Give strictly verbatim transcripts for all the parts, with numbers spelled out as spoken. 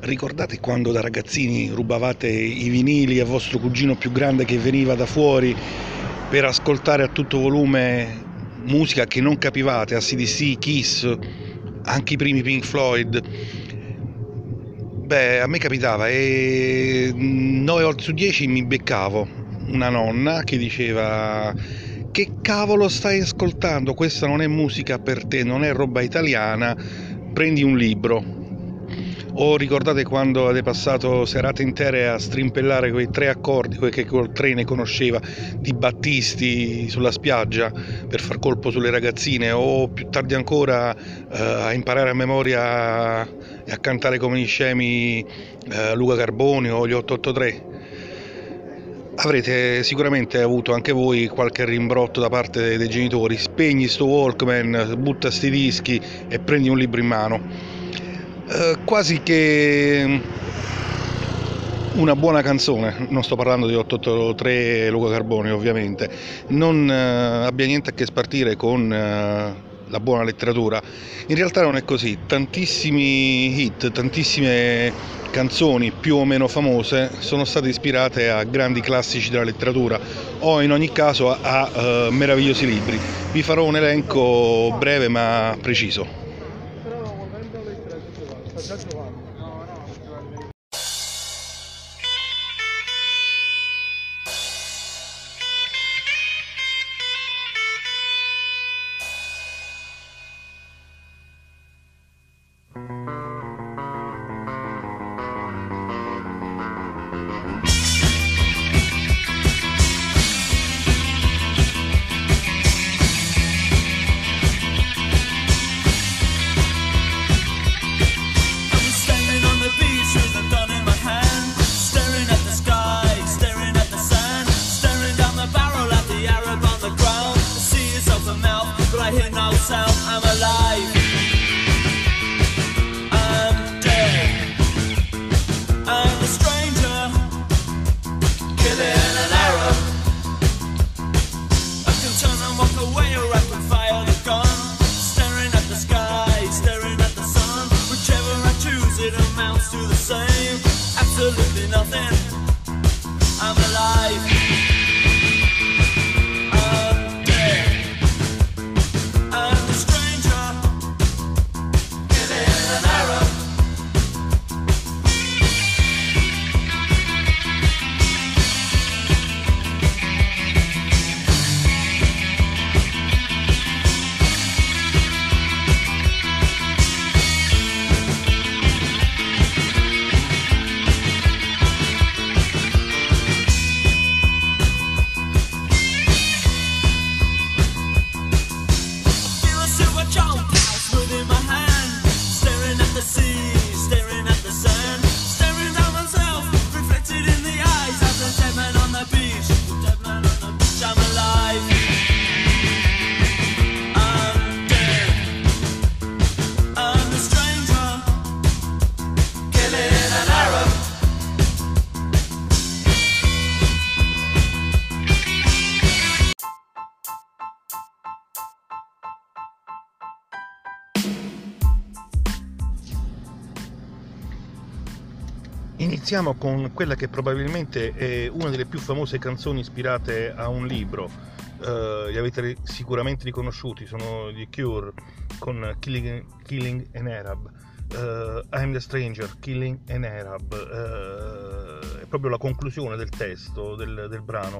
Ricordate quando da ragazzini rubavate i vinili a vostro cugino più grande che veniva da fuori per ascoltare a tutto volume musica che non capivate, A C D C, Kiss, anche i primi Pink Floyd? Beh, a me capitava e nove volte su dieci mi beccavo una nonna che diceva: che cavolo stai ascoltando? Questa non è musica per te, non è roba italiana, prendi un libro. O ricordate quando avete passato serate intere a strimpellare quei tre accordi, quei che col tre ne conosceva, di Battisti sulla spiaggia per far colpo sulle ragazzine, o più tardi ancora eh, a imparare a memoria e a cantare come gli scemi eh, Luca Carboni o gli otto otto tre? Avrete sicuramente avuto anche voi qualche rimbrotto da parte dei genitori: spegni sto Walkman, butta sti dischi e prendi un libro in mano. Eh, quasi che una buona canzone, non sto parlando di otto otto tre e Luca Carboni ovviamente, non eh, abbia niente a che spartire con eh, la buona letteratura. In realtà non è così, tantissimi hit, tantissime canzoni più o meno famose sono state ispirate a grandi classici della letteratura o in ogni caso a, a uh, meravigliosi libri. Vi farò un elenco breve ma preciso. Iniziamo con quella che probabilmente è una delle più famose canzoni ispirate a un libro. Uh, li avete sicuramente riconosciuti, sono The Cure con Killing, Killing an Arab, uh, I'm the Stranger, Killing an Arab, uh, è proprio la conclusione del testo del, del brano,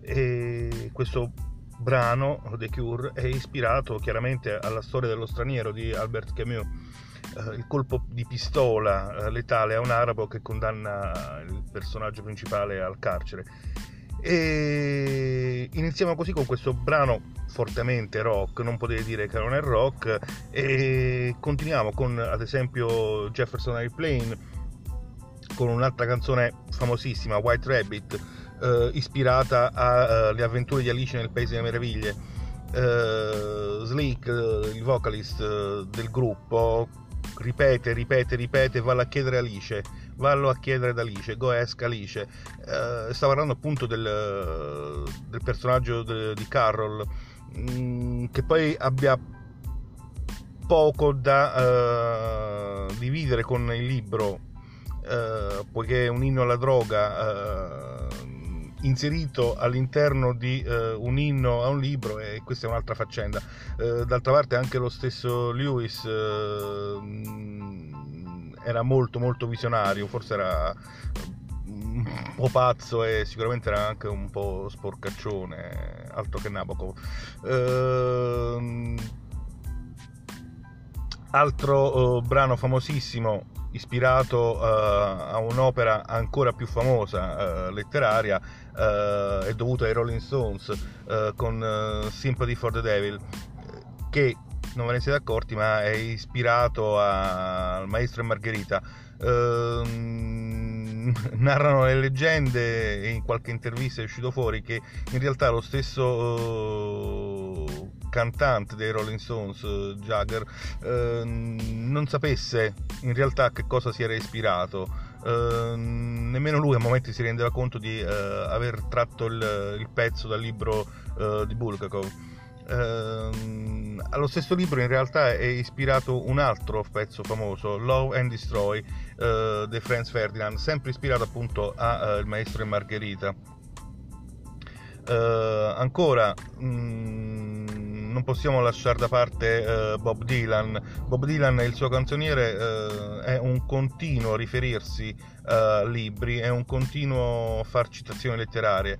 e questo brano, The Cure, è ispirato chiaramente alla storia dello straniero di Albert Camus. Uh, il colpo di pistola uh, letale a un arabo che condanna il personaggio principale al carcere. E iniziamo così con questo brano fortemente rock, non potete dire che non è rock, e continuiamo con ad esempio Jefferson Airplane con un'altra canzone famosissima, White Rabbit, uh, ispirata alle uh, avventure di Alice nel Paese delle Meraviglie. uh, Slick, uh, il vocalist uh, del gruppo, ripete, ripete, ripete, vallo a chiedere Alice, vallo a chiedere ad Alice, go ask Alice. Uh, sta parlando appunto del, del personaggio de, di Carroll, mh, che poi abbia poco da uh, dividere con il libro eh, poiché è un inno alla droga eh, inserito all'interno di eh, un inno a un libro, e questa è un'altra faccenda. Eh, d'altra parte anche lo stesso Lewis eh, era molto molto visionario, forse era un po' pazzo e sicuramente era anche un po' sporcaccione, altro che Nabokov. Eh, altro eh, brano famosissimo ispirato uh, a un'opera ancora più famosa, uh, letteraria, uh, è dovuto ai Rolling Stones, uh, con uh, Sympathy for the Devil, che non ve ne siete accorti ma è ispirato a... al Maestro e Margherita. Uh, narrano le leggende, e in qualche intervista è uscito fuori che in realtà lo stesso uh, cantante dei Rolling Stones, uh, Jagger, uh, non sapesse in realtà a che cosa si era ispirato. Uh, nemmeno lui a momenti si rendeva conto di uh, aver tratto il, il pezzo dal libro uh, di Bulgakov. Uh, allo stesso libro in realtà è ispirato un altro pezzo famoso, Love and Destroy, uh, di Franz Ferdinand, sempre ispirato appunto a uh, Il Maestro e Margherita. Uh, ancora mh, non possiamo lasciare da parte uh, Bob Dylan. Bob Dylan e il suo canzoniere uh, è un continuo riferirsi a uh, libri, è un continuo far citazioni letterarie,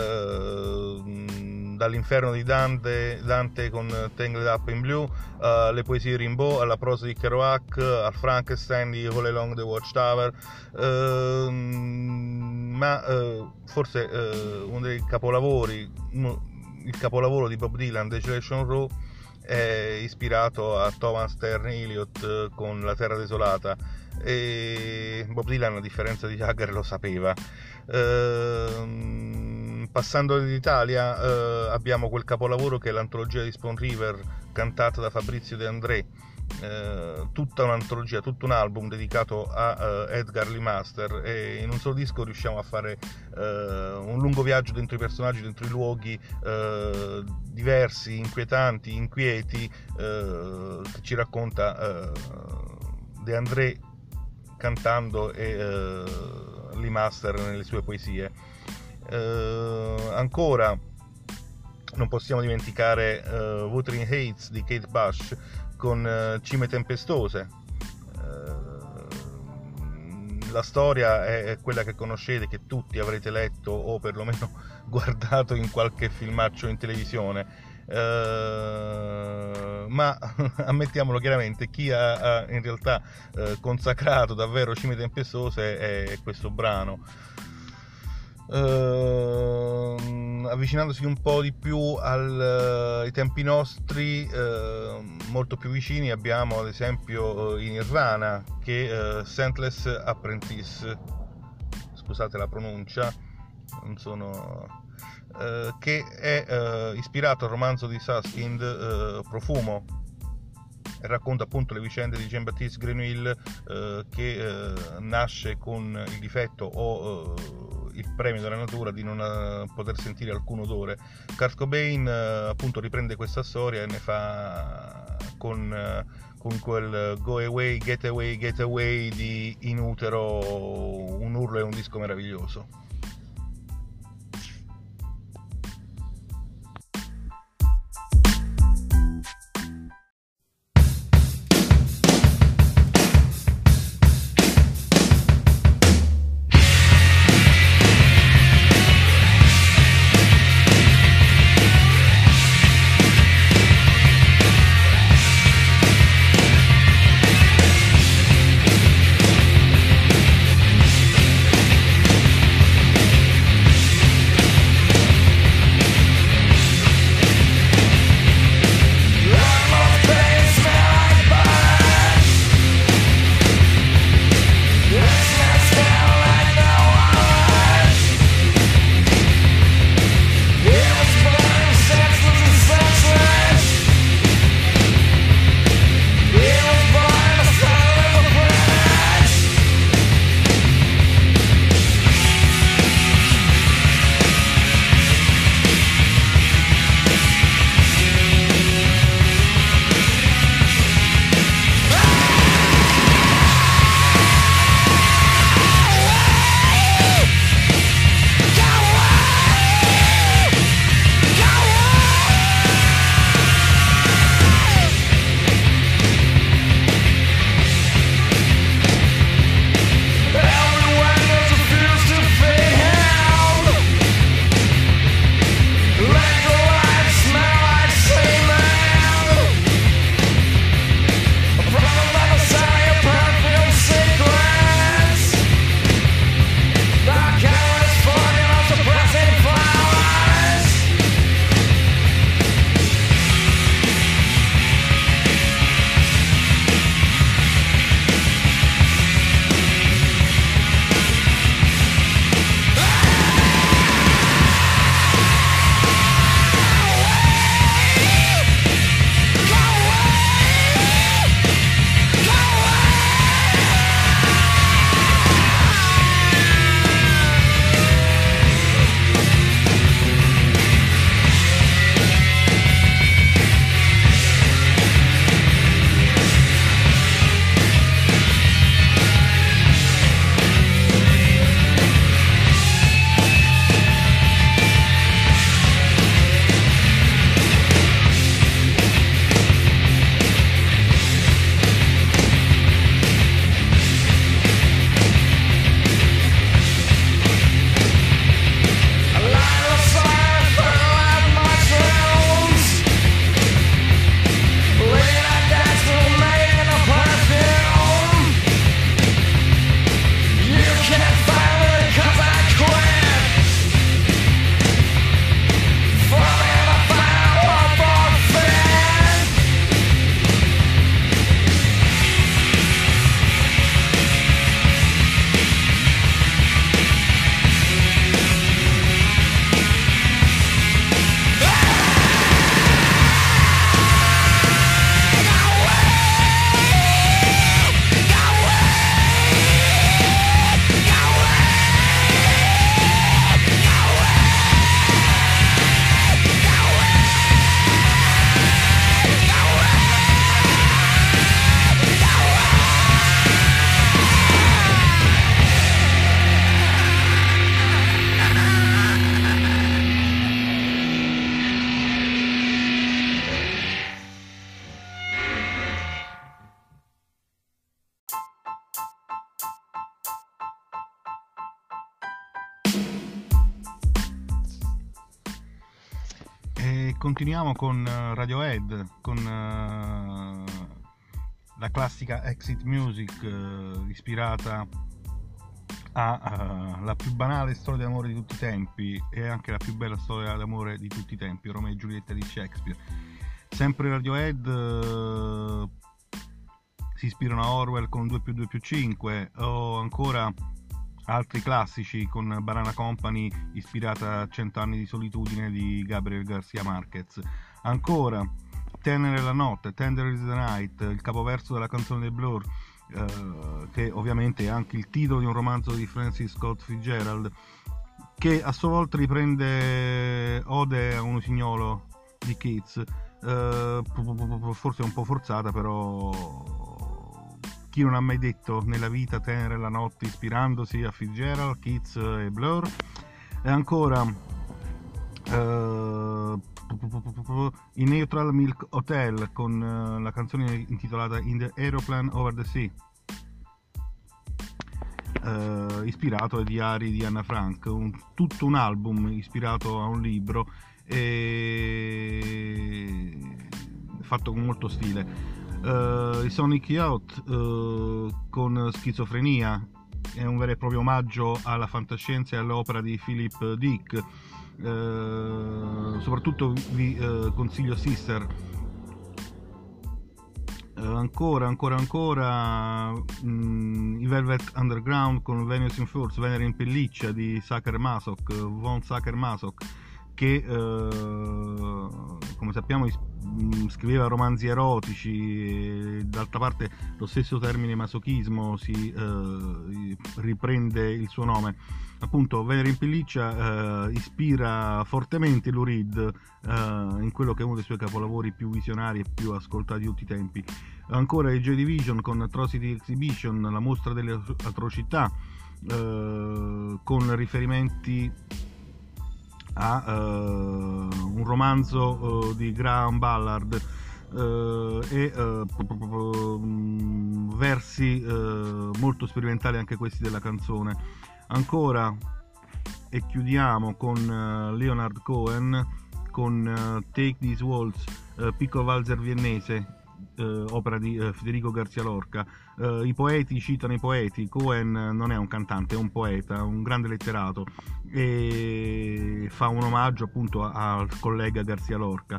uh, dall'Inferno di Dante, Dante con Tangled Up in Blue, uh, le poesie di Rimbaud, alla prosa di Kerouac, al Frankenstein di All Along the Watchtower, uh, ma uh, forse uh, uno dei capolavori, uno, il capolavoro di Bob Dylan, Desolation Row, è ispirato a Thomas Stern Eliot con La Terra Desolata, e Bob Dylan, a differenza di Jagger, lo sapeva. Uh, passando d'Italia, uh, abbiamo quel capolavoro che è l'antologia di Spoon River, cantata da Fabrizio De André, uh, tutta un'antologia, tutto un album dedicato a uh, Edgar Lee Master, e in un solo disco riusciamo a fare uh, un lungo viaggio dentro i personaggi, dentro i luoghi uh, diversi, inquietanti, inquieti, uh, che ci racconta uh, De André cantando e uh, Lee Master nelle sue poesie. Uh, ancora non possiamo dimenticare uh, Wuthering Heights di Kate Bush con uh, Cime tempestose. Uh, la storia è, è quella che conoscete, che tutti avrete letto o perlomeno guardato in qualche filmaccio in televisione. Uh, ma ammettiamolo chiaramente, chi ha, ha in realtà uh, consacrato davvero Cime tempestose è, è questo brano. Uh, avvicinandosi un po' di più al, uh, ai tempi nostri, uh, molto più vicini, abbiamo ad esempio uh, in Nirvana, che uh, Scentless Apprentice, scusate la pronuncia, non sono... Uh, che è uh, ispirato al romanzo di Suskind, uh, Profumo, e racconta appunto le vicende di Jean-Baptiste Grenouille, uh, che uh, nasce con il difetto o uh, il premio della natura di non uh, poter sentire alcun odore. Kurt Cobain uh, appunto riprende questa storia e ne fa con, uh, con quel Go Away, Get Away, Get Away di In Utero un urlo e un disco meraviglioso. continuiamo con Radiohead, con uh, la classica Exit Music, uh, ispirata a uh, la più banale storia d'amore di tutti i tempi e anche la più bella storia d'amore di tutti i tempi, Romeo e Giulietta di Shakespeare. Sempre Radiohead uh, si ispirano a Orwell con due più due più cinque, o ancora altri classici con Banana Company ispirata a Cento anni di solitudine di Gabriel García Márquez. Ancora Tenere la notte, Tender is the Night, il capoverso della canzone dei Blur, eh, che ovviamente è anche il titolo di un romanzo di Francis Scott Fitzgerald, che a sua volta riprende Ode a un usignolo di Keats, eh, forse un po' forzata, però chi non ha mai detto nella vita tenere la notte ispirandosi a Fitzgerald, Keats e Blur. E ancora uh, i Neutral Milk Hotel con uh, la canzone intitolata In the Aeroplane Over the Sea, uh, ispirato ai diari di Anna Frank, un, tutto un album ispirato a un libro e fatto con molto stile. Uh, I Sonic Youth uh, con Schizofrenia è un vero e proprio omaggio alla fantascienza e all'opera di Philip Dick. Uh, soprattutto vi uh, consiglio Sister. Uh, ancora, ancora, ancora um, i Velvet Underground con Venus in Force, Venere in pelliccia di Sacher-Masoch, von Sacher-Masoch, che uh, come sappiamo scriveva romanzi erotici e d'altra parte lo stesso termine masochismo si uh, riprende il suo nome. Appunto Venere in pelliccia uh, ispira fortemente Lou Reed uh, in quello che è uno dei suoi capolavori più visionari e più ascoltati di tutti i tempi. Ancora i Joy Division con Atrocity Exhibition, la mostra delle atrocità, uh, con riferimenti a uh, un romanzo uh, di Graham Ballard uh, e uh, versi uh, molto sperimentali anche questi della canzone. Ancora, e chiudiamo con uh, Leonard Cohen con uh, Take These Waltz, uh, Piccolo valzer viennese, Uh, opera di uh, Federico García Lorca. Uh, i poeti citano i poeti. Cohen non è un cantante, è un poeta, un grande letterato, e fa un omaggio appunto al collega García Lorca.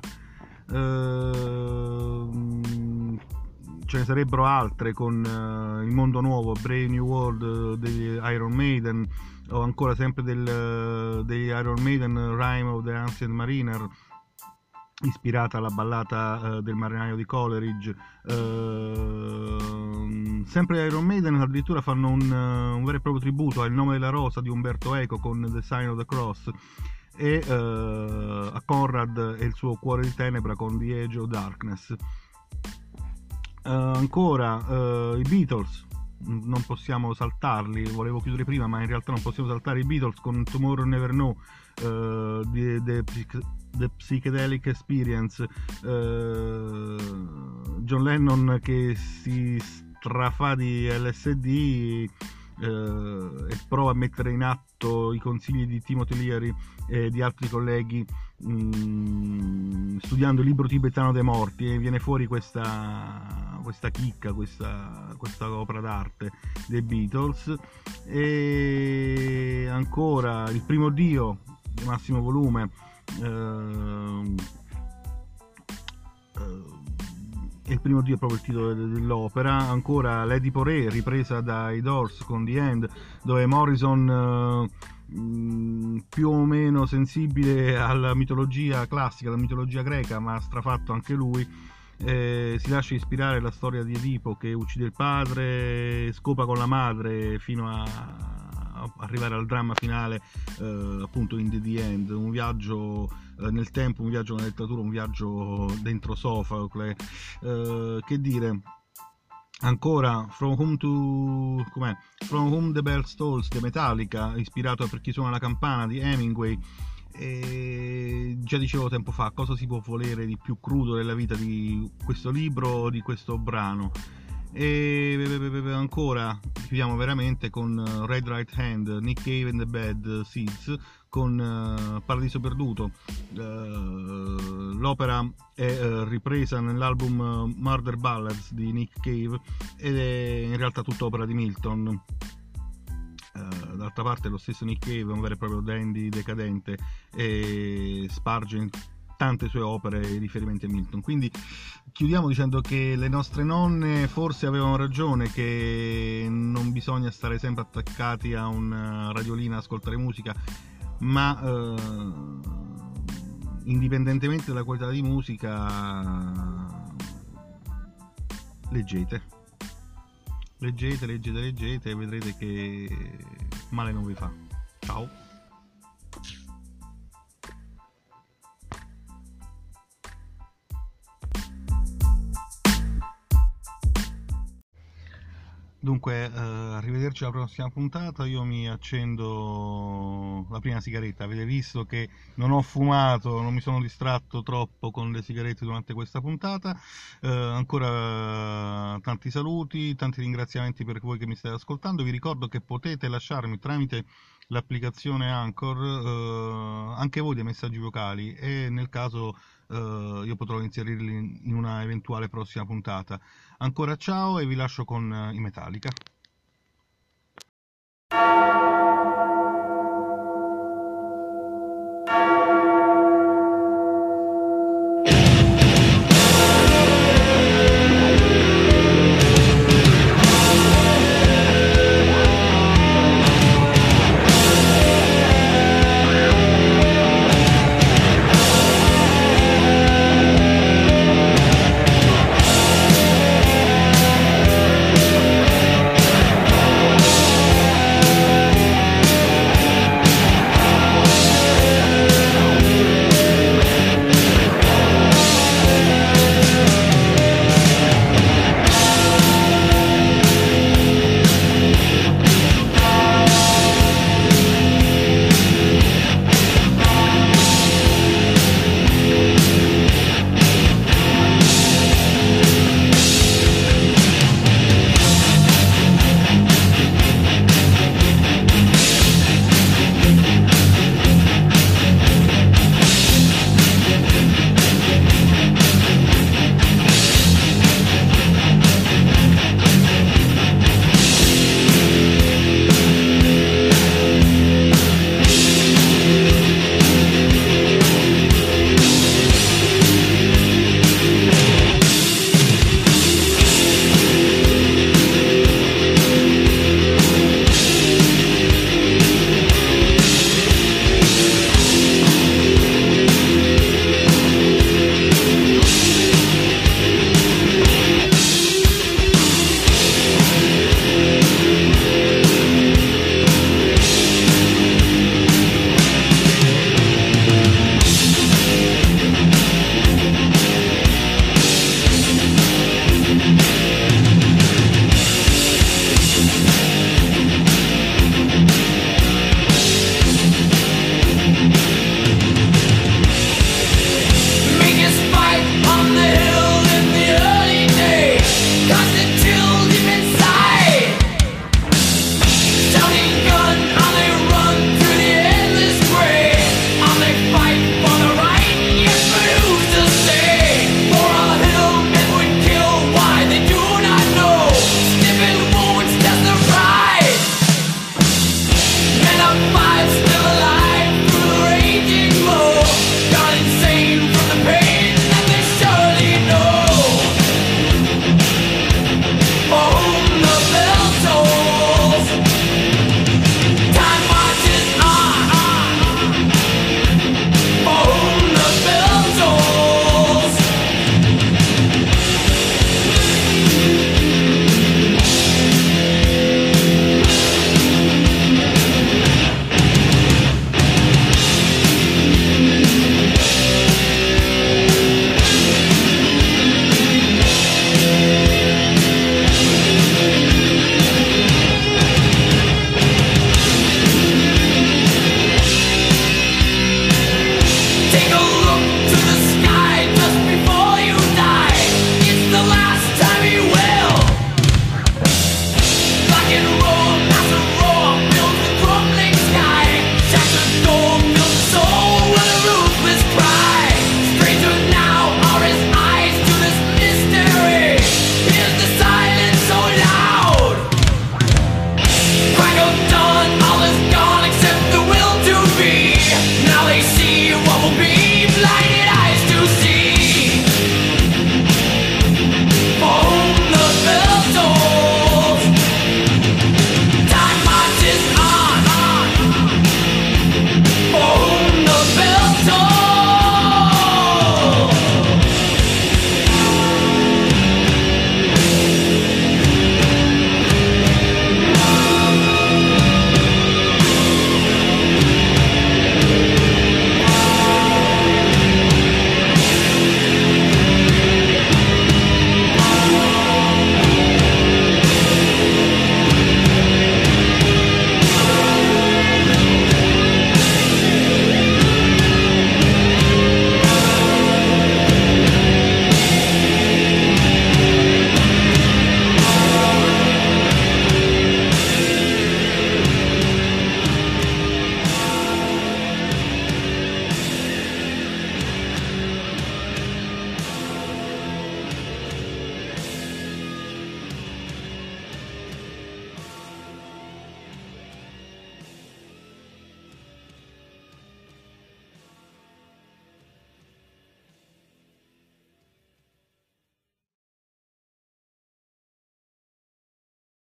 Uh, ce ne sarebbero altre con uh, Il mondo nuovo, Brave New World uh, degli Iron Maiden, o ancora sempre del, uh, degli Iron Maiden, Rime of the Ancient Mariner, ispirata alla ballata uh, del marinaio di Coleridge. Uh, sempre Iron Maiden addirittura fanno un, uh, un vero e proprio tributo a Il nome della rosa di Umberto Eco con The Sign of the Cross, e uh, a Conrad e il suo Cuore di tenebra con The Edge of Darkness. Uh, ancora uh, i Beatles, non possiamo saltarli, volevo chiudere prima ma in realtà non possiamo saltare i Beatles con Tomorrow Never Know, uh, di, di, The Psychedelic Experience, uh, John Lennon che si strafà di L S D uh, e prova a mettere in atto i consigli di Timothy Leary e di altri colleghi, um, studiando il libro tibetano dei morti, e viene fuori questa, questa chicca, questa, questa opera d'arte dei Beatles. E ancora Il primo Dio di massimo volume, Uh, uh, il primo Dio è proprio il titolo dell'opera. Ancora Lady Poré, ripresa dai Doors con The End, dove Morrison, uh, mh, più o meno sensibile alla mitologia classica, alla mitologia greca, ma strafatto anche lui, eh, si lascia ispirare alla storia di Edipo che uccide il padre, scopa con la madre fino a arrivare al dramma finale, eh, appunto in The End, un viaggio eh, nel tempo, un viaggio nella letteratura, un viaggio dentro Sofocle, eh, che dire. Ancora From Whom to com'è? From Whom the Bell Tolls di Metallica, ispirato a Per chi suona la campana di Hemingway. E già dicevo tempo fa, cosa si può volere di più crudo nella vita di questo libro, di questo brano. E ancora chiudiamo veramente con Red Right Hand, Nick Cave and the Bad Seeds con uh, Paradiso Perduto. Uh, l'opera è uh, ripresa nell'album uh, Murder Ballads di Nick Cave ed è in realtà tutta opera di Milton. Uh, d'altra parte lo stesso Nick Cave è un vero e proprio dandy decadente e sparge in tante sue opere i riferimenti a Milton. Quindi chiudiamo dicendo che le nostre nonne forse avevano ragione, che non bisogna stare sempre attaccati a un radiolino a ascoltare musica, ma eh, indipendentemente dalla qualità di musica, leggete leggete, leggete, leggete e vedrete che male non vi fa. Ciao. Dunque, eh, arrivederci alla prossima puntata. Io mi accendo la prima sigaretta. Avete visto che non ho fumato, non mi sono distratto troppo con le sigarette durante questa puntata. Eh, ancora tanti saluti, tanti ringraziamenti per voi che mi state ascoltando. Vi ricordo che potete lasciarmi tramite l'applicazione Anchor eh, anche voi dei messaggi vocali e nel caso eh, io potrò inserirli in una eventuale prossima puntata. Ancora ciao e vi lascio con i Metallica.